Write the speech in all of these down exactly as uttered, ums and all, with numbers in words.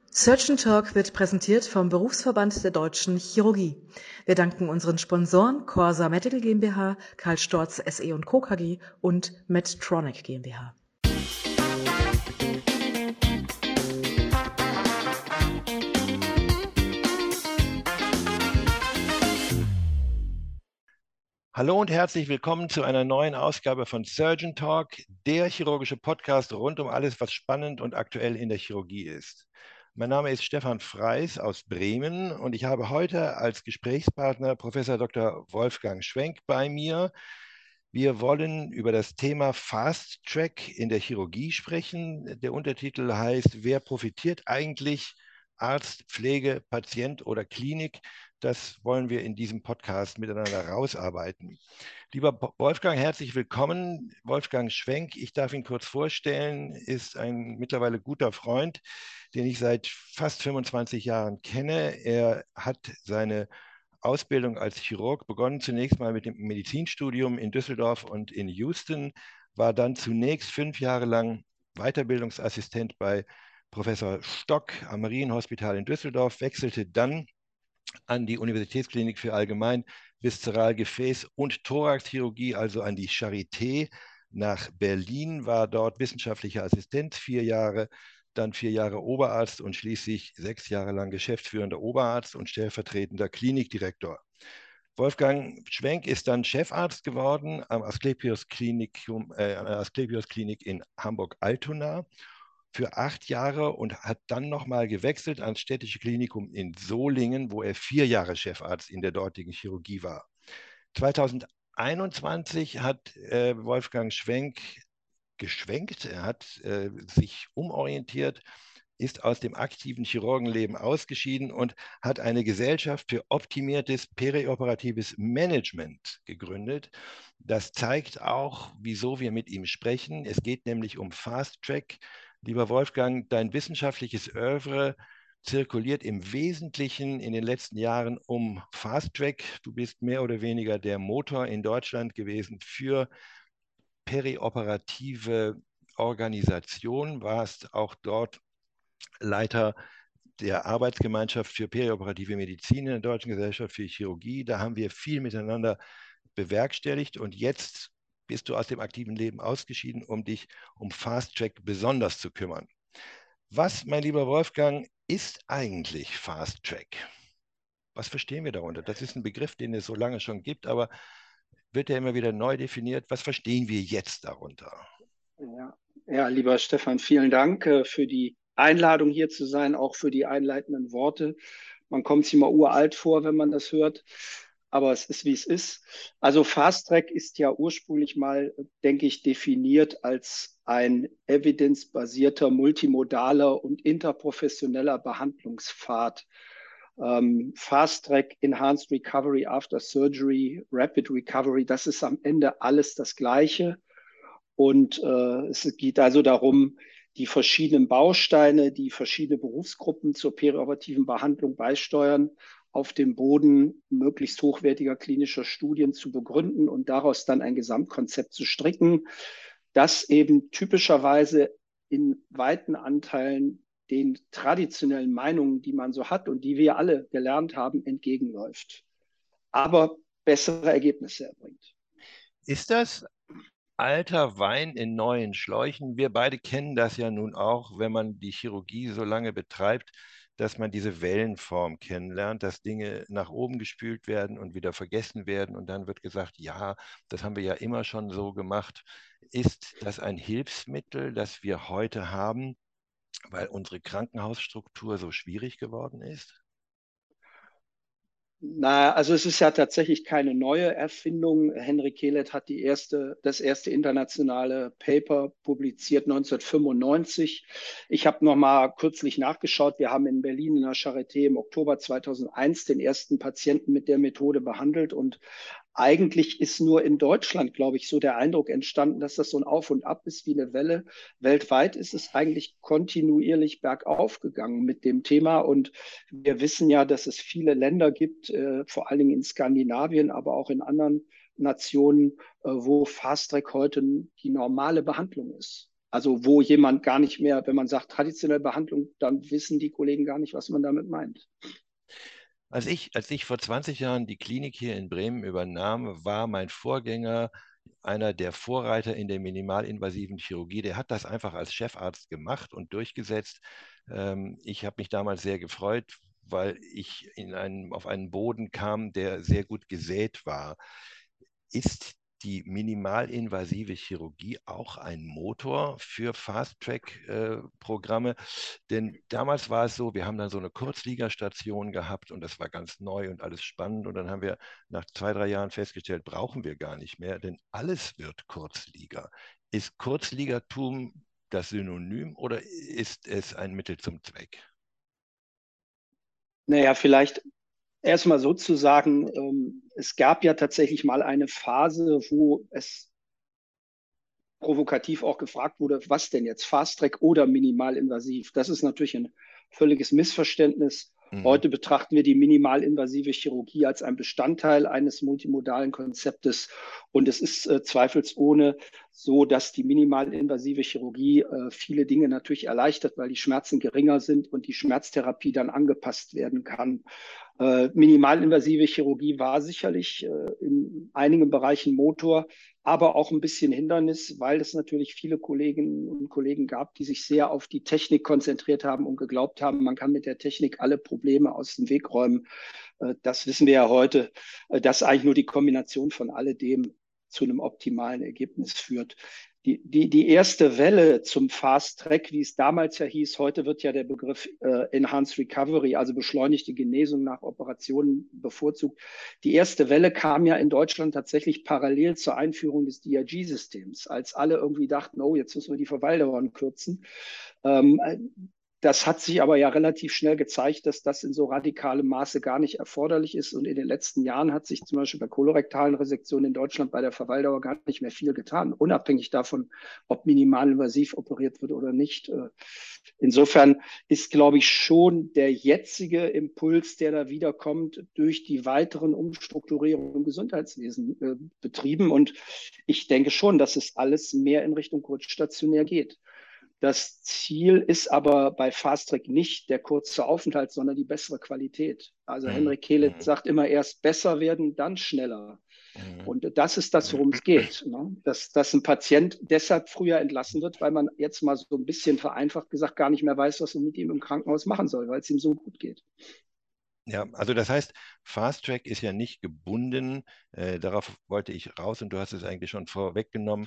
Surgeon Talk wird präsentiert vom Berufsverband der Deutschen Chirurgie. Wir danken unseren Sponsoren Corsa Medical GmbH, Karl Storz S E und Co. K G und Medtronic GmbH. Hallo und herzlich willkommen zu einer neuen Ausgabe von Surgeon Talk, der chirurgische Podcast rund um alles, was spannend und aktuell in der Chirurgie ist. Mein Name ist Stefan Freis aus Bremen und ich habe heute als Gesprächspartner Professor Doktor Wolfgang Schwenk bei mir. Wir wollen über das Thema Fast Track in der Chirurgie sprechen. Der Untertitel heißt: Wer profitiert eigentlich? Arzt, Pflege, Patient oder Klinik? Das wollen wir in diesem Podcast miteinander rausarbeiten. Lieber Wolfgang, herzlich willkommen. Wolfgang Schwenk, ich darf ihn kurz vorstellen, ist ein mittlerweile guter Freund, den ich seit fast fünfundzwanzig Jahren kenne. Er hat seine Ausbildung als Chirurg begonnen, zunächst mal mit dem Medizinstudium in Düsseldorf und in Houston, war dann zunächst fünf Jahre lang Weiterbildungsassistent bei Professor Stock am Marienhospital in Düsseldorf, wechselte dann an die Universitätsklinik für Allgemein-, Viszeral-, Gefäß- und Thoraxchirurgie, also an die Charité, nach Berlin, war dort wissenschaftlicher Assistent, vier Jahre, dann vier Jahre Oberarzt und schließlich sechs Jahre lang geschäftsführender Oberarzt und stellvertretender Klinikdirektor. Wolfgang Schwenk ist dann Chefarzt geworden am Asklepios Klinikum, äh, an der Asklepios Klinik in Hamburg-Altona für acht Jahre und hat dann nochmal gewechselt ans Städtische Klinikum in Solingen, wo er vier Jahre Chefarzt in der dortigen Chirurgie war. zweitausendeinundzwanzig hat äh, Wolfgang Schwenk geschwenkt, er hat äh, sich umorientiert, ist aus dem aktiven Chirurgenleben ausgeschieden und hat eine Gesellschaft für optimiertes perioperatives Management gegründet. Das zeigt auch, wieso wir mit ihm sprechen. Es geht nämlich um Fast Track. Lieber Wolfgang, dein wissenschaftliches Oeuvre zirkuliert im Wesentlichen in den letzten Jahren um Fast Track. Du bist mehr oder weniger der Motor in Deutschland gewesen für perioperative Organisation, warst auch dort Leiter der Arbeitsgemeinschaft für perioperative Medizin in der Deutschen Gesellschaft für Chirurgie. Da haben wir viel miteinander bewerkstelligt und jetzt bist du aus dem aktiven Leben ausgeschieden, um dich um Fast Track besonders zu kümmern. Was, mein lieber Wolfgang, ist eigentlich Fast Track? Was verstehen wir darunter? Das ist ein Begriff, den es so lange schon gibt, aber wird ja immer wieder neu definiert. Was verstehen wir jetzt darunter? Ja, ja, lieber Stefan, vielen Dank äh, für die Einladung hier zu sein, auch für die einleitenden Worte. Man kommt sich immer uralt vor, wenn man das hört, aber es ist, wie es ist. Also Fast Track ist ja ursprünglich mal, denke ich, definiert als ein evidenzbasierter, multimodaler und interprofessioneller Behandlungspfad. Ähm, Fast Track, Enhanced Recovery After Surgery, Rapid Recovery, das ist am Ende alles das Gleiche. Und äh, es geht also darum, die verschiedenen Bausteine, die verschiedene Berufsgruppen zur perioperativen Behandlung beisteuern, auf dem Boden möglichst hochwertiger klinischer Studien zu begründen und daraus dann ein Gesamtkonzept zu stricken, das eben typischerweise in weiten Anteilen den traditionellen Meinungen, die man so hat und die wir alle gelernt haben, entgegenläuft, aber bessere Ergebnisse erbringt. Ist das alter Wein in neuen Schläuchen? Wir beide kennen das ja nun auch, wenn man die Chirurgie so lange betreibt, dass man diese Wellenform kennenlernt, dass Dinge nach oben gespült werden und wieder vergessen werden und dann wird gesagt, ja, das haben wir ja immer schon so gemacht. Ist das ein Hilfsmittel, das wir heute haben, weil unsere Krankenhausstruktur so schwierig geworden ist? Na, also es ist ja tatsächlich keine neue Erfindung. Henry Kelet hat die erste, das erste internationale Paper publiziert neunzehnhundertfünfundneunzig. Ich habe noch mal kürzlich nachgeschaut. Wir haben in Berlin in der Charité im Oktober zweitausendeins den ersten Patienten mit der Methode behandelt und eigentlich ist nur in Deutschland, glaube ich, so der Eindruck entstanden, dass das so ein Auf und Ab ist wie eine Welle. Weltweit ist es eigentlich kontinuierlich bergauf gegangen mit dem Thema. Und wir wissen ja, dass es viele Länder gibt, äh, vor allen Dingen in Skandinavien, aber auch in anderen Nationen, äh, wo Fast Track heute die normale Behandlung ist. Also wo jemand gar nicht mehr, wenn man sagt traditionelle Behandlung, dann wissen die Kollegen gar nicht, was man damit meint. Als ich, als ich vor zwanzig Jahren die Klinik hier in Bremen übernahm, war mein Vorgänger einer der Vorreiter in der minimalinvasiven Chirurgie. Der hat das einfach als Chefarzt gemacht und durchgesetzt. Ähm, ich habe mich damals sehr gefreut, weil ich in einen, auf einen Boden kam, der sehr gut gesät war. Ist die minimalinvasive Chirurgie auch ein Motor für Fast-Track-Programme? Denn damals war es so, wir haben dann so eine Kurzligastation gehabt und das war ganz neu und alles spannend. Und dann haben wir nach zwei, drei Jahren festgestellt, brauchen wir gar nicht mehr, denn alles wird Kurzliga. Ist Kurzligatum das Synonym oder ist es ein Mittel zum Zweck? Naja, vielleicht erstmal sozusagen, ähm, es gab ja tatsächlich mal eine Phase, wo es provokativ auch gefragt wurde, was denn jetzt Fast Track oder minimalinvasiv? Das ist natürlich ein völliges Missverständnis. Mhm. Heute betrachten wir die minimalinvasive Chirurgie als ein Bestandteil eines multimodalen Konzeptes. Und es ist äh, zweifelsohne so, dass die minimalinvasive Chirurgie äh, viele Dinge natürlich erleichtert, weil die Schmerzen geringer sind und die Schmerztherapie dann angepasst werden kann. Äh, minimalinvasive Chirurgie war sicherlich äh, in einigen Bereichen Motor, aber auch ein bisschen Hindernis, weil es natürlich viele Kolleginnen und Kollegen gab, die sich sehr auf die Technik konzentriert haben und geglaubt haben, man kann mit der Technik alle Probleme aus dem Weg räumen. Äh, das wissen wir ja heute, äh, dass eigentlich nur die Kombination von alledem zu einem optimalen Ergebnis führt. Die, die, die erste Welle zum Fast Track, wie es damals ja hieß, heute wird ja der Begriff äh, Enhanced Recovery, also beschleunigte Genesung nach Operationen bevorzugt. Die erste Welle kam ja in Deutschland tatsächlich parallel zur Einführung des D R G-Systems, als alle irgendwie dachten, oh, jetzt müssen wir die Verweildauern kürzen. Ähm, Das hat sich aber ja relativ schnell gezeigt, dass das in so radikalem Maße gar nicht erforderlich ist. Und in den letzten Jahren hat sich zum Beispiel bei kolorektalen Resektionen in Deutschland bei der Verweildauer gar nicht mehr viel getan, unabhängig davon, ob minimalinvasiv operiert wird oder nicht. Insofern ist, glaube ich, schon der jetzige Impuls, der da wiederkommt, durch die weiteren Umstrukturierungen im Gesundheitswesen äh, betrieben. Und ich denke schon, dass es alles mehr in Richtung kurzstationär geht. Das Ziel ist aber bei Fast Track nicht der kurze Aufenthalt, sondern die bessere Qualität. Also Mhm. Henrik Kehle Mhm. sagt immer, erst besser werden, dann schneller. Mhm. Und das ist das, worum es geht. Ne? Dass, dass ein Patient deshalb früher entlassen wird, weil man jetzt mal so ein bisschen vereinfacht gesagt gar nicht mehr weiß, was man mit ihm im Krankenhaus machen soll, weil es ihm so gut geht. Ja, also das heißt, Fast Track ist ja nicht gebunden, äh, darauf wollte ich raus und du hast es eigentlich schon vorweggenommen,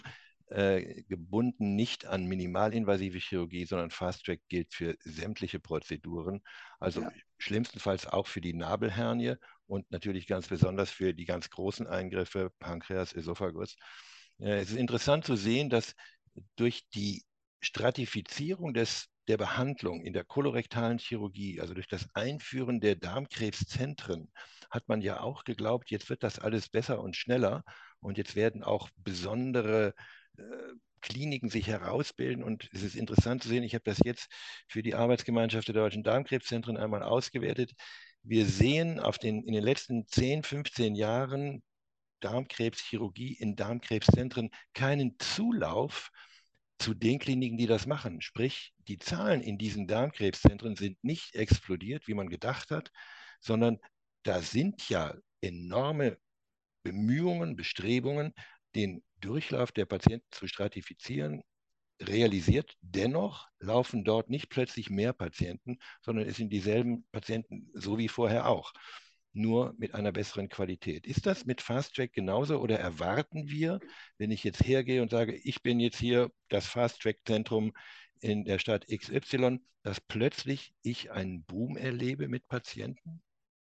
äh, gebunden nicht an minimalinvasive Chirurgie, sondern Fast Track gilt für sämtliche Prozeduren, also Ja. schlimmstenfalls auch für die Nabelhernie und natürlich ganz besonders für die ganz großen Eingriffe, Pankreas, Esophagus. Äh, es ist interessant zu sehen, dass durch die Stratifizierung des der Behandlung in der kolorektalen Chirurgie, also durch das Einführen der Darmkrebszentren, hat man ja auch geglaubt, jetzt wird das alles besser und schneller und jetzt werden auch besondere äh, Kliniken sich herausbilden. Und es ist interessant zu sehen, ich habe das jetzt für die Arbeitsgemeinschaft der deutschen Darmkrebszentren einmal ausgewertet. Wir sehen auf den, in den letzten zehn, fünfzehn Jahren Darmkrebschirurgie in Darmkrebszentren keinen Zulauf zu den Kliniken, die das machen. Sprich, die Zahlen in diesen Darmkrebszentren sind nicht explodiert, wie man gedacht hat, sondern da sind ja enorme Bemühungen, Bestrebungen, den Durchlauf der Patienten zu stratifizieren, realisiert. Dennoch laufen dort nicht plötzlich mehr Patienten, sondern es sind dieselben Patienten, so wie vorher auch, nur mit einer besseren Qualität. Ist das mit Fast Track genauso oder erwarten wir, wenn ich jetzt hergehe und sage, ich bin jetzt hier das Fast Track Zentrum in der Stadt X Y, dass plötzlich ich einen Boom erlebe mit Patienten?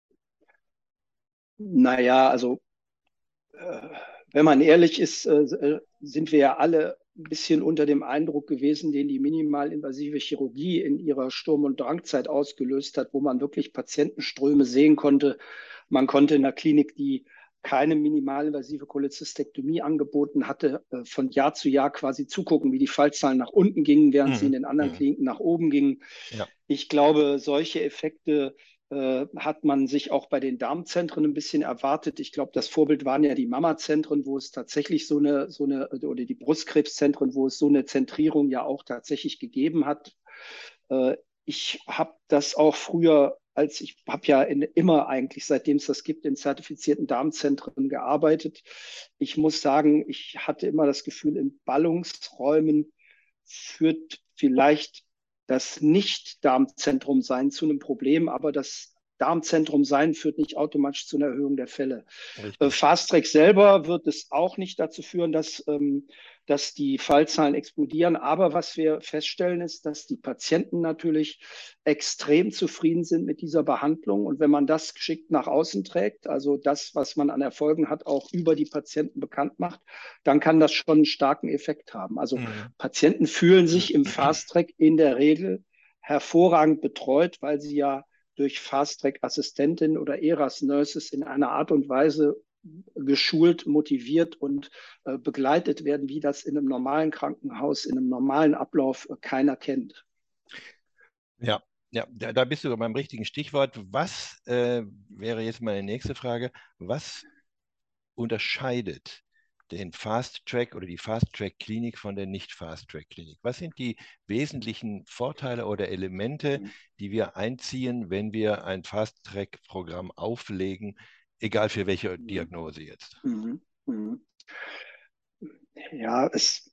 Naja, also äh, wenn man ehrlich ist, äh, sind wir ja alle ein bisschen unter dem Eindruck gewesen, den die minimalinvasive Chirurgie in ihrer Sturm- und Drangzeit ausgelöst hat, wo man wirklich Patientenströme sehen konnte. Man konnte in der Klinik die keine minimalinvasive Cholecystektomie angeboten hatte, äh, von Jahr zu Jahr quasi zugucken, wie die Fallzahlen nach unten gingen, während Mhm. sie in den anderen Mhm. Kliniken nach oben gingen. Ja. Ich glaube, solche Effekte äh, hat man sich auch bei den Darmzentren ein bisschen erwartet. Ich glaube, das Vorbild waren ja die Mamazentren, wo es tatsächlich so eine, so eine, oder die Brustkrebszentren, wo es so eine Zentrierung ja auch tatsächlich gegeben hat. Äh, ich habe das auch früher, als ich habe ja in, immer eigentlich, seitdem es das gibt, in zertifizierten Darmzentren gearbeitet. Ich muss sagen, ich hatte immer das Gefühl, in Ballungsräumen führt vielleicht das Nicht-Darmzentrum sein zu einem Problem, aber das Darmzentrum sein führt nicht automatisch zu einer Erhöhung der Fälle. Äh, Richtig. Fast Track selber wird es auch nicht dazu führen, dass, ähm, dass die Fallzahlen explodieren. Aber was wir feststellen, ist, dass die Patienten natürlich extrem zufrieden sind mit dieser Behandlung. Und wenn man das geschickt nach außen trägt, also das, was man an Erfolgen hat, auch über die Patienten bekannt macht, dann kann das schon einen starken Effekt haben. Also Mhm. Patienten fühlen sich im Fast Track in der Regel hervorragend betreut, weil sie ja durch Fast Track Assistentinnen oder E R A S-Nurses in einer Art und Weise geschult, motiviert und äh, begleitet werden, wie das in einem normalen Krankenhaus, in einem normalen Ablauf äh, keiner kennt. Ja, ja, da, da bist du beim richtigen Stichwort. Was äh, wäre jetzt meine nächste Frage? Was unterscheidet den Fast Track oder die Fast Track Klinik von der nicht Fast Track Klinik? Was sind die wesentlichen Vorteile oder Elemente, die wir einziehen, wenn wir ein Fast Track Programm auflegen, egal für welche Diagnose jetzt? Mhm. Mhm. Ja, es,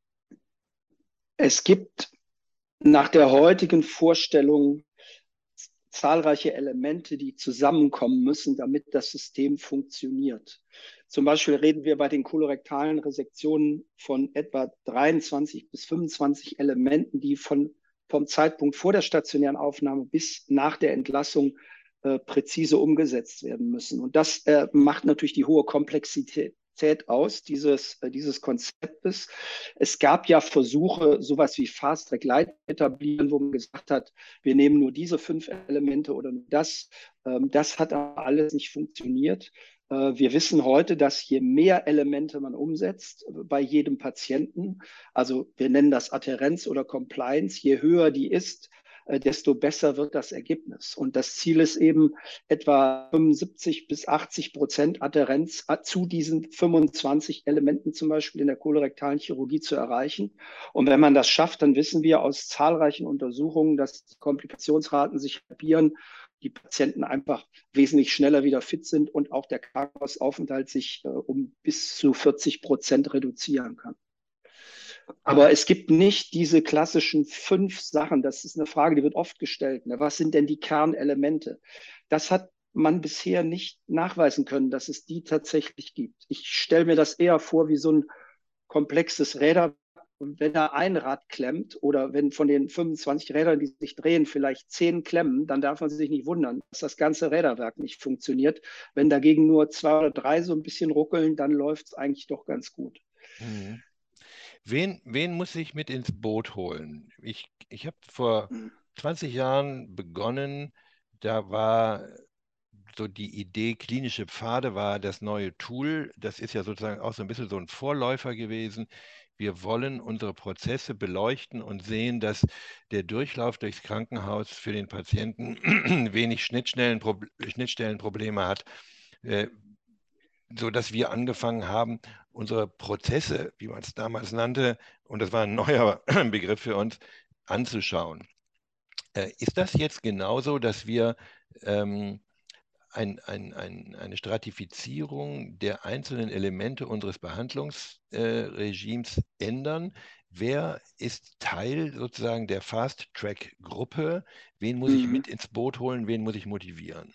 es gibt nach der heutigen Vorstellung zahlreiche Elemente, die zusammenkommen müssen, damit das System funktioniert. Zum Beispiel reden wir bei den kolorektalen Resektionen von etwa dreiundzwanzig bis fünfundzwanzig Elementen, die von, vom Zeitpunkt vor der stationären Aufnahme bis nach der Entlassung äh, präzise umgesetzt werden müssen. Und das äh, macht natürlich die hohe Komplexität aus dieses, äh, dieses Konzeptes. Es gab ja Versuche, sowas wie Fast Track Light etablieren, wo man gesagt hat, wir nehmen nur diese fünf Elemente oder nur das. Ähm, das hat aber alles nicht funktioniert. Äh, wir wissen heute, dass je mehr Elemente man umsetzt äh, bei jedem Patienten, also wir nennen das Adhärenz oder Compliance, je höher die ist, äh, desto besser wird das Ergebnis. Und das Ziel ist eben, etwa fünfundsiebzig bis achtzig Prozent Adhärenz zu diesen fünfundzwanzig Elementen zum Beispiel in der kolorektalen Chirurgie zu erreichen. Und wenn man das schafft, dann wissen wir aus zahlreichen Untersuchungen, dass die Komplikationsraten sich halbieren, die Patienten einfach wesentlich schneller wieder fit sind und auch der Krankenhausaufenthalt sich äh, um bis zu vierzig Prozent reduzieren kann. Aber es gibt nicht diese klassischen fünf Sachen. Das ist eine Frage, die wird oft gestellt. Ne? Was sind denn die Kernelemente? Das hat man bisher nicht nachweisen können, dass es die tatsächlich gibt. Ich stelle mir das eher vor wie so ein komplexes Räder. Und wenn da ein Rad klemmt oder wenn von den fünfundzwanzig Rädern, die sich drehen, vielleicht zehn klemmen, dann darf man sich nicht wundern, dass das ganze Räderwerk nicht funktioniert. Wenn dagegen nur zwei oder drei so ein bisschen ruckeln, dann läuft es eigentlich doch ganz gut. Mhm. Wen, wen muss ich mit ins Boot holen? Ich, ich habe vor zwanzig Jahren begonnen, da war so die Idee, klinische Pfade war das neue Tool. Das ist ja sozusagen auch so ein bisschen so ein Vorläufer gewesen. Wir wollen unsere Prozesse beleuchten und sehen, dass der Durchlauf durchs Krankenhaus für den Patienten wenig Schnittstellen, Schnittstellenprobleme hat, äh, sodass wir angefangen haben, unsere Prozesse, wie man es damals nannte, und das war ein neuer Begriff für uns, anzuschauen. Äh, ist das jetzt genauso, dass wir ähm, ein, ein, ein, eine Stratifizierung der einzelnen Elemente unseres Behandlungsregimes äh, ändern? Wer ist Teil sozusagen der Fast-Track-Gruppe? Wen muss ich Mhm. mit ins Boot holen? Wen muss ich motivieren?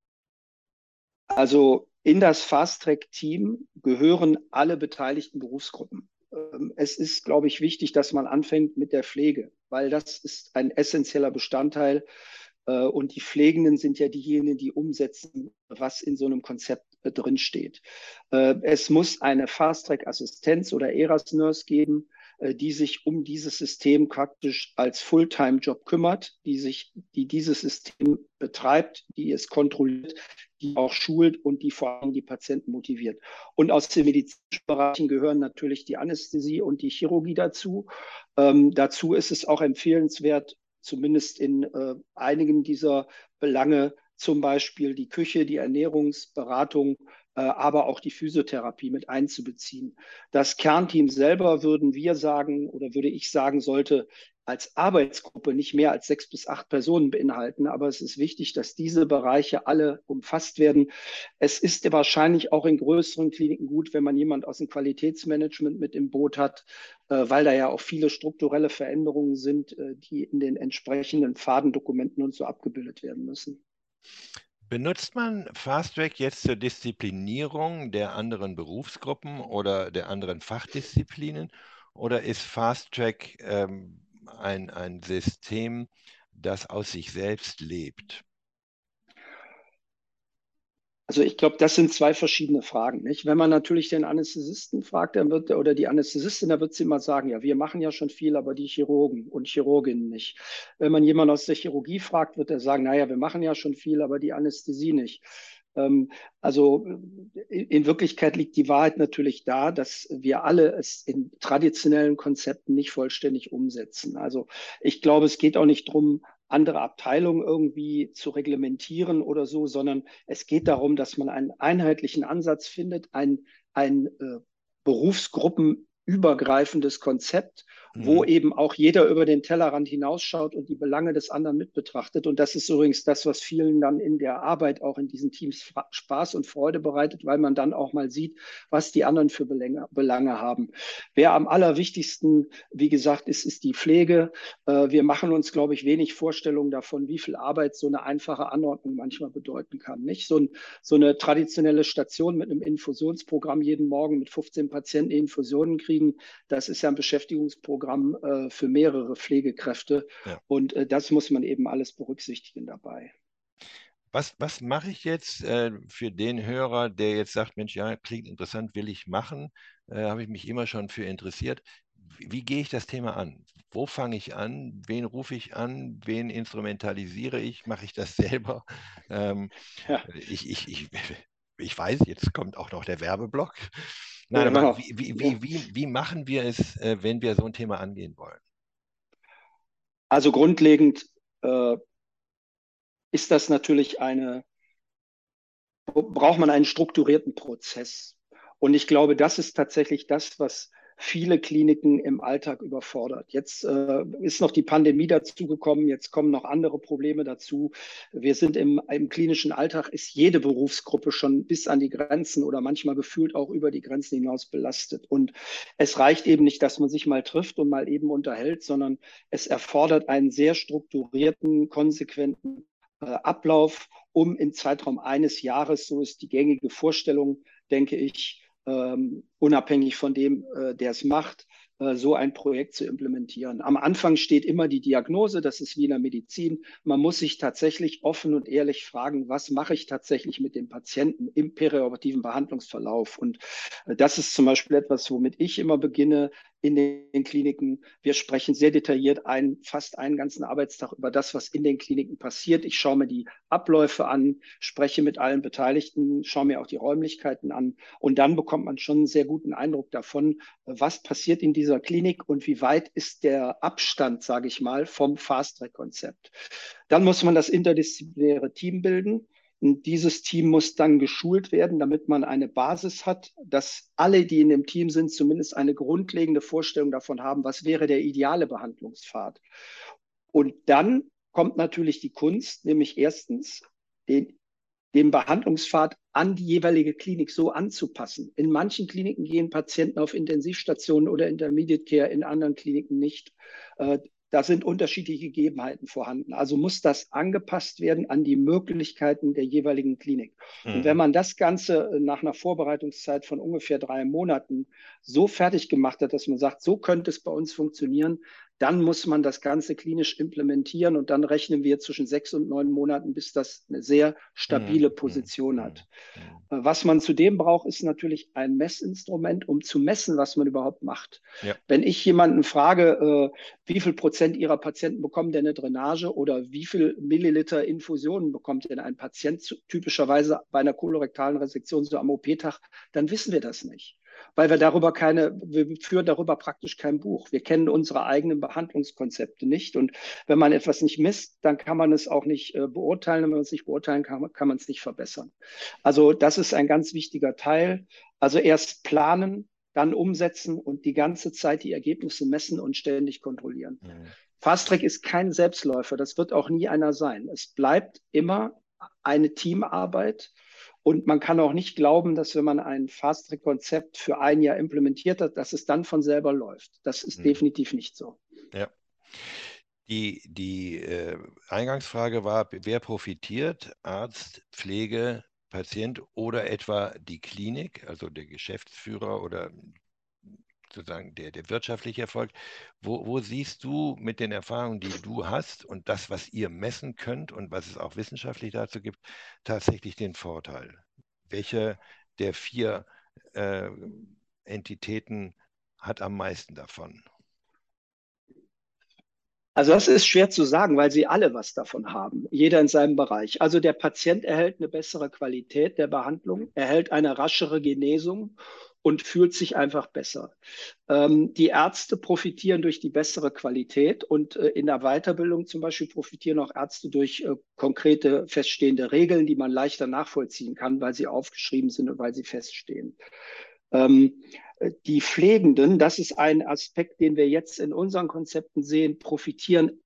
Also in das Fast-Track-Team gehören alle beteiligten Berufsgruppen. Es ist, glaube ich, wichtig, dass man anfängt mit der Pflege, weil das ist ein essentieller Bestandteil. Und die Pflegenden sind ja diejenigen, die umsetzen, was in so einem Konzept drinsteht. Es muss eine Fast-Track-Assistenz oder E R A S-Nurse geben, die sich um dieses System praktisch als Fulltime-Job kümmert, die sich, die dieses System betreibt, die es kontrolliert, die auch schult und die vor allem die Patienten motiviert. Und aus den medizinischen Bereichen gehören natürlich die Anästhesie und die Chirurgie dazu. Ähm, dazu ist es auch empfehlenswert, zumindest in äh, einigen dieser Belange, zum Beispiel die Küche, die Ernährungsberatung, äh, aber auch die Physiotherapie mit einzubeziehen. Das Kernteam selber, würden wir sagen, oder würde ich sagen, sollte als Arbeitsgruppe nicht mehr als sechs bis acht Personen beinhalten. Aber es ist wichtig, dass diese Bereiche alle umfasst werden. Es ist wahrscheinlich auch in größeren Kliniken gut, wenn man jemand aus dem Qualitätsmanagement mit im Boot hat, äh, weil da ja auch viele strukturelle Veränderungen sind, äh, die in den entsprechenden Fadendokumenten und so abgebildet werden müssen. Benutzt man Fast Track jetzt zur Disziplinierung der anderen Berufsgruppen oder der anderen Fachdisziplinen? Oder ist Fast Track ähm, ein, ein System, das aus sich selbst lebt? Also ich glaube, das sind zwei verschiedene Fragen, nicht? Wenn man natürlich den Anästhesisten fragt, dann wird oder die Anästhesistin, dann wird sie immer sagen, ja, wir machen ja schon viel, aber die Chirurgen und Chirurginnen nicht. Wenn man jemanden aus der Chirurgie fragt, wird er sagen, naja, wir machen ja schon viel, aber die Anästhesie nicht. Ähm, also in Wirklichkeit liegt die Wahrheit natürlich da, dass wir alle es in traditionellen Konzepten nicht vollständig umsetzen. Also ich glaube, es geht auch nicht darum, andere Abteilungen irgendwie zu reglementieren oder so, sondern es geht darum, dass man einen einheitlichen Ansatz findet, ein, ein äh, berufsgruppenübergreifendes Konzept, wo Mhm. eben auch jeder über den Tellerrand hinausschaut und die Belange des anderen mit betrachtet. Und das ist übrigens das, was vielen dann in der Arbeit auch in diesen Teams Spaß und Freude bereitet, weil man dann auch mal sieht, was die anderen für Belange, Belange haben. Wer am allerwichtigsten, wie gesagt, ist, ist die Pflege. Äh, wir machen uns, glaube ich, wenig Vorstellungen davon, wie viel Arbeit so eine einfache Anordnung manchmal bedeuten kann. Nicht? So, ein, so eine traditionelle Station mit einem Infusionsprogramm jeden Morgen mit fünfzehn Patienten Infusionen kriegen, das ist ja ein Beschäftigungsprogramm äh, für mehrere Pflegekräfte. Ja. Und äh, das muss man eben alles berücksichtigen dabei. Was, was mache ich jetzt äh, für den Hörer, der jetzt sagt, Mensch, ja, klingt interessant, will ich machen, äh, habe ich mich immer schon für interessiert. Wie, wie gehe ich das Thema an? Wo fange ich an? Wen rufe ich an? Wen instrumentalisiere ich? Mache ich das selber? Ähm, Ja, ich, ich, ich, ich weiß, jetzt kommt auch noch der Werbeblock. Nein, aber genau. wie, wie, Ja. wie, wie, wie machen wir es, äh, wenn wir so ein Thema angehen wollen? Also grundlegend äh, ist das natürlich eine, braucht man einen strukturierten Prozess. Und ich glaube, das ist tatsächlich das, was viele Kliniken im Alltag überfordert. Jetzt äh, ist noch die Pandemie dazugekommen, jetzt kommen noch andere Probleme dazu. Wir sind im, im klinischen Alltag, ist jede Berufsgruppe schon bis an die Grenzen oder manchmal gefühlt auch über die Grenzen hinaus belastet. Und es reicht eben nicht, dass man sich mal trifft und mal eben unterhält, sondern es erfordert einen sehr strukturierten, konsequenten äh, Ablauf, um im Zeitraum eines Jahres, so ist die gängige Vorstellung, denke ich, ähm, unabhängig von dem, äh, der es macht, äh, so ein Projekt zu implementieren. Am Anfang steht immer die Diagnose, das ist wie in der Medizin. Man muss sich tatsächlich offen und ehrlich fragen, was mache ich tatsächlich mit dem Patienten im perioperativen Behandlungsverlauf? Und äh, das ist zum Beispiel etwas, womit ich immer beginne in den Kliniken. Wir sprechen sehr detailliert ein, fast einen ganzen Arbeitstag über das, was in den Kliniken passiert. Ich schaue mir die Abläufe an, spreche mit allen Beteiligten, schaue mir auch die Räumlichkeiten an und dann bekommt man schon einen sehr guten Eindruck davon, was passiert in dieser Klinik und wie weit ist der Abstand, sage ich mal, vom Fast-Track-Konzept. Dann muss man das interdisziplinäre Team bilden. Und dieses Team muss dann geschult werden, damit man eine Basis hat, dass alle, die in dem Team sind, zumindest eine grundlegende Vorstellung davon haben, was wäre der ideale Behandlungspfad. Und dann kommt natürlich die Kunst, nämlich erstens den, den Behandlungspfad an die jeweilige Klinik so anzupassen. In manchen Kliniken gehen Patienten auf Intensivstationen oder Intermediate Care, in anderen Kliniken nicht. Äh, Da sind unterschiedliche Gegebenheiten vorhanden. Also muss das angepasst werden an die Möglichkeiten der jeweiligen Klinik. Und wenn Mhm. man das Ganze nach einer Vorbereitungszeit von ungefähr drei Monaten so fertig gemacht hat, dass man sagt, so könnte es bei uns funktionieren, dann muss man das Ganze klinisch implementieren und dann rechnen wir zwischen sechs und neun Monaten, bis das eine sehr stabile Mhm. Position Mhm. hat. Mhm. Was man zudem braucht, ist natürlich ein Messinstrument, um zu messen, was man überhaupt macht. Ja. Wenn ich jemanden frage, äh, wie viel Prozent Ihrer Patienten bekommen denn eine Drainage oder wie viel Milliliter Infusionen bekommt denn ein Patient zu, typischerweise bei einer kolorektalen Resektion so am O P-Tag, dann wissen wir das nicht. Weil wir darüber keine, wir führen darüber praktisch kein Buch. Wir kennen unsere eigenen Behandlungskonzepte nicht. Und wenn man etwas nicht misst, dann kann man es auch nicht äh, beurteilen. Und wenn man es nicht beurteilen kann, kann man es nicht verbessern. Also das ist ein ganz wichtiger Teil. Also erst planen, dann umsetzen und die ganze Zeit die Ergebnisse messen und ständig kontrollieren. Mhm. Fast-Track ist kein Selbstläufer. Das wird auch nie einer sein. Es bleibt immer eine Teamarbeit. Und man kann auch nicht glauben, dass wenn man ein Fast-Track-Konzept für ein Jahr implementiert hat, dass es dann von selber läuft. Das ist Mhm. definitiv nicht so. Ja. Die, die äh, Eingangsfrage war, wer profitiert? Arzt, Pflege, Patient oder etwa die Klinik, also der Geschäftsführer oder sozusagen der, der wirtschaftliche Erfolg. Wo, wo siehst du mit den Erfahrungen, die du hast und das, was ihr messen könnt und was es auch wissenschaftlich dazu gibt, tatsächlich den Vorteil? Welche der vier äh, Entitäten hat am meisten davon? Also das ist schwer zu sagen, weil sie alle was davon haben, jeder in seinem Bereich. Also der Patient erhält eine bessere Qualität der Behandlung, erhält eine raschere Genesung und fühlt sich einfach besser. Ähm, die Ärzte profitieren durch die bessere Qualität und äh, in der Weiterbildung zum Beispiel profitieren auch Ärzte durch äh, konkrete feststehende Regeln, die man leichter nachvollziehen kann, weil sie aufgeschrieben sind und weil sie feststehen. Ähm, die Pflegenden, das ist ein Aspekt, den wir jetzt in unseren Konzepten sehen, profitieren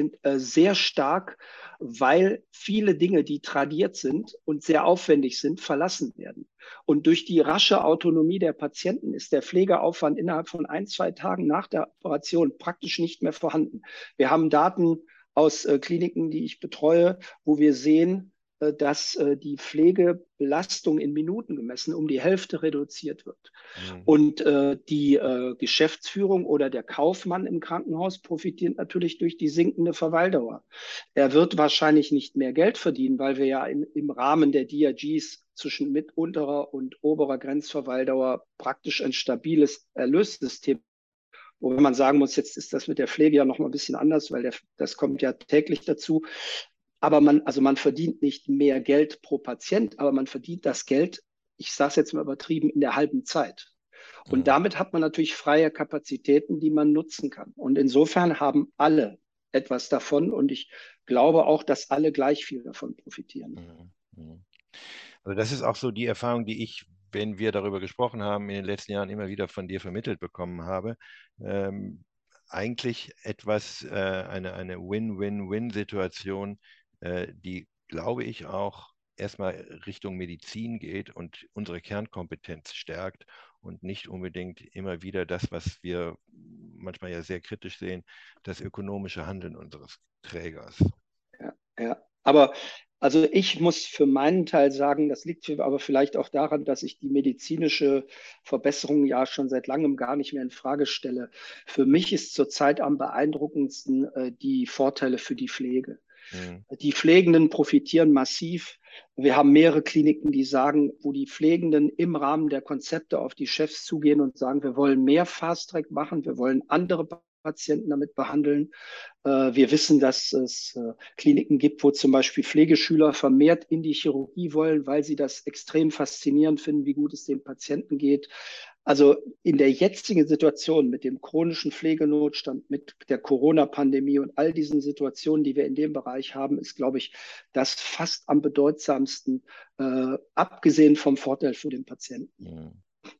sehr stark, weil viele Dinge, die tradiert sind und sehr aufwendig sind, verlassen werden. Und durch die rasche Autonomie der Patienten ist der Pflegeaufwand innerhalb von ein, zwei Tagen nach der Operation praktisch nicht mehr vorhanden. Wir haben Daten aus äh, Kliniken, die ich betreue, wo wir sehen, äh, dass äh, die Pflegebelastung in Minuten gemessen um die Hälfte reduziert wird. Mhm. Und äh, die äh, Geschäftsführung oder der Kaufmann im Krankenhaus profitiert natürlich durch die sinkende Verweildauer. Er wird wahrscheinlich nicht mehr Geld verdienen, weil wir ja in, im Rahmen der D R Gs zwischen mitunterer und oberer Grenzverweildauer praktisch ein stabiles Erlössystem. Wobei man sagen muss, jetzt ist das mit der Pflege ja noch mal ein bisschen anders, weil der, das kommt ja täglich dazu. Aber man, also man verdient nicht mehr Geld pro Patient, aber man verdient das Geld, ich sage es jetzt mal übertrieben, in der halben Zeit. Und Mhm. damit hat man natürlich freie Kapazitäten, die man nutzen kann. Und insofern haben alle etwas davon. Und ich glaube auch, dass alle gleich viel davon profitieren. Mhm. Mhm. Also das ist auch so die Erfahrung, die ich, wenn wir darüber gesprochen haben, in den letzten Jahren immer wieder von dir vermittelt bekommen habe. Ähm, eigentlich etwas, äh, eine, eine Win-Win-Win-Situation, äh, die, glaube ich, auch erstmal Richtung Medizin geht und unsere Kernkompetenz stärkt und nicht unbedingt immer wieder das, was wir manchmal ja sehr kritisch sehen, das ökonomische Handeln unseres Trägers. Ja, ja. Aber also ich muss für meinen Teil sagen, das liegt aber vielleicht auch daran, dass ich die medizinische Verbesserung ja schon seit langem gar nicht mehr in Frage stelle. Für mich ist zurzeit am beeindruckendsten äh, die Vorteile für die Pflege. Mhm. Die Pflegenden profitieren massiv. Wir haben mehrere Kliniken, die sagen, wo die Pflegenden im Rahmen der Konzepte auf die Chefs zugehen und sagen, wir wollen mehr Fast-Track machen, wir wollen andere Patienten damit behandeln. Wir wissen, dass es Kliniken gibt, wo zum Beispiel Pflegeschüler vermehrt in die Chirurgie wollen, weil sie das extrem faszinierend finden, wie gut es den Patienten geht. Also in der jetzigen Situation mit dem chronischen Pflegenotstand, mit der Corona-Pandemie und all diesen Situationen, die wir in dem Bereich haben, ist, glaube ich, das fast am bedeutsamsten, äh, abgesehen vom Vorteil für den Patienten. Mhm.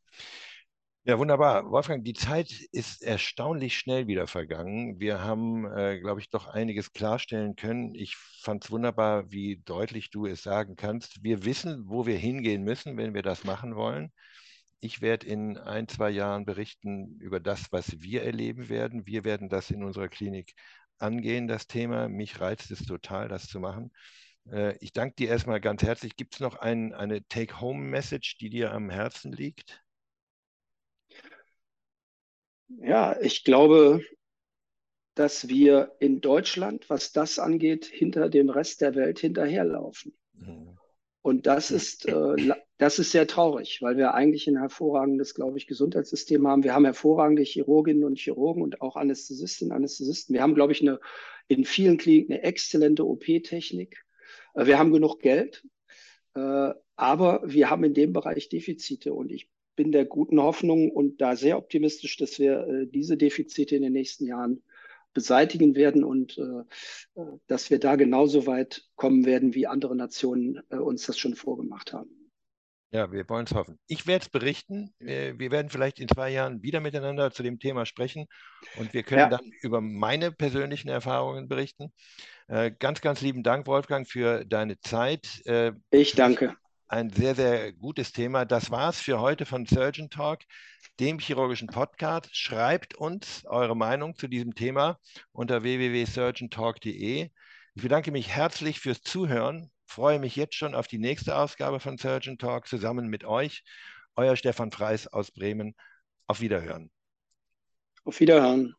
Ja, wunderbar. Wolfgang, die Zeit ist erstaunlich schnell wieder vergangen. Wir haben, äh, glaube ich, doch einiges klarstellen können. Ich fand es wunderbar, wie deutlich du es sagen kannst. Wir wissen, wo wir hingehen müssen, wenn wir das machen wollen. Ich werde in ein, zwei Jahren berichten über das, was wir erleben werden. Wir werden das in unserer Klinik angehen, das Thema. Mich reizt es total, das zu machen. Äh, ich danke dir erstmal ganz herzlich. Gibt es noch ein, eine Take-Home-Message, die dir am Herzen liegt? Ja, ich glaube, dass wir in Deutschland, was das angeht, hinter dem Rest der Welt hinterherlaufen. Mhm. Und das ist, äh, das ist sehr traurig, weil wir eigentlich ein hervorragendes, glaube ich, Gesundheitssystem haben. Wir haben hervorragende Chirurginnen und Chirurgen und auch Anästhesistinnen und Anästhesisten. Wir haben, glaube ich, eine, in vielen Kliniken eine exzellente O P-Technik. Äh, wir haben genug Geld, äh, aber wir haben in dem Bereich Defizite. Und ich bin der guten Hoffnung und da sehr optimistisch, dass wir äh, diese Defizite in den nächsten Jahren beseitigen werden und äh, dass wir da genauso weit kommen werden, wie andere Nationen äh, uns das schon vorgemacht haben. Ja, wir wollen es hoffen. Ich werde es berichten. Wir, wir werden vielleicht in zwei Jahren wieder miteinander zu dem Thema sprechen und wir können Ja, dann über meine persönlichen Erfahrungen berichten. Äh, ganz, ganz lieben Dank, Wolfgang, für deine Zeit. Äh, ich für mich danke. ein sehr, sehr gutes Thema. Das war's für heute von Surgeon Talk, dem chirurgischen Podcast. Schreibt uns eure Meinung zu diesem Thema unter w w w punkt surgeon talk punkt de. Ich bedanke mich herzlich fürs Zuhören, freue mich jetzt schon auf die nächste Ausgabe von Surgeon Talk zusammen mit euch. Euer Stefan Freis aus Bremen. Auf Wiederhören. Auf Wiederhören.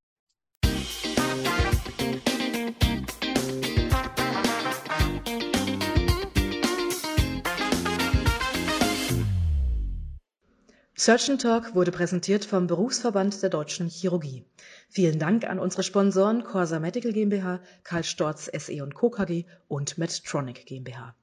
Surgeon Talk wurde präsentiert vom Berufsverband der Deutschen Chirurgie. Vielen Dank an unsere Sponsoren Corsa Medical GmbH, Karl Storz S E und Co. KG und Medtronic GmbH.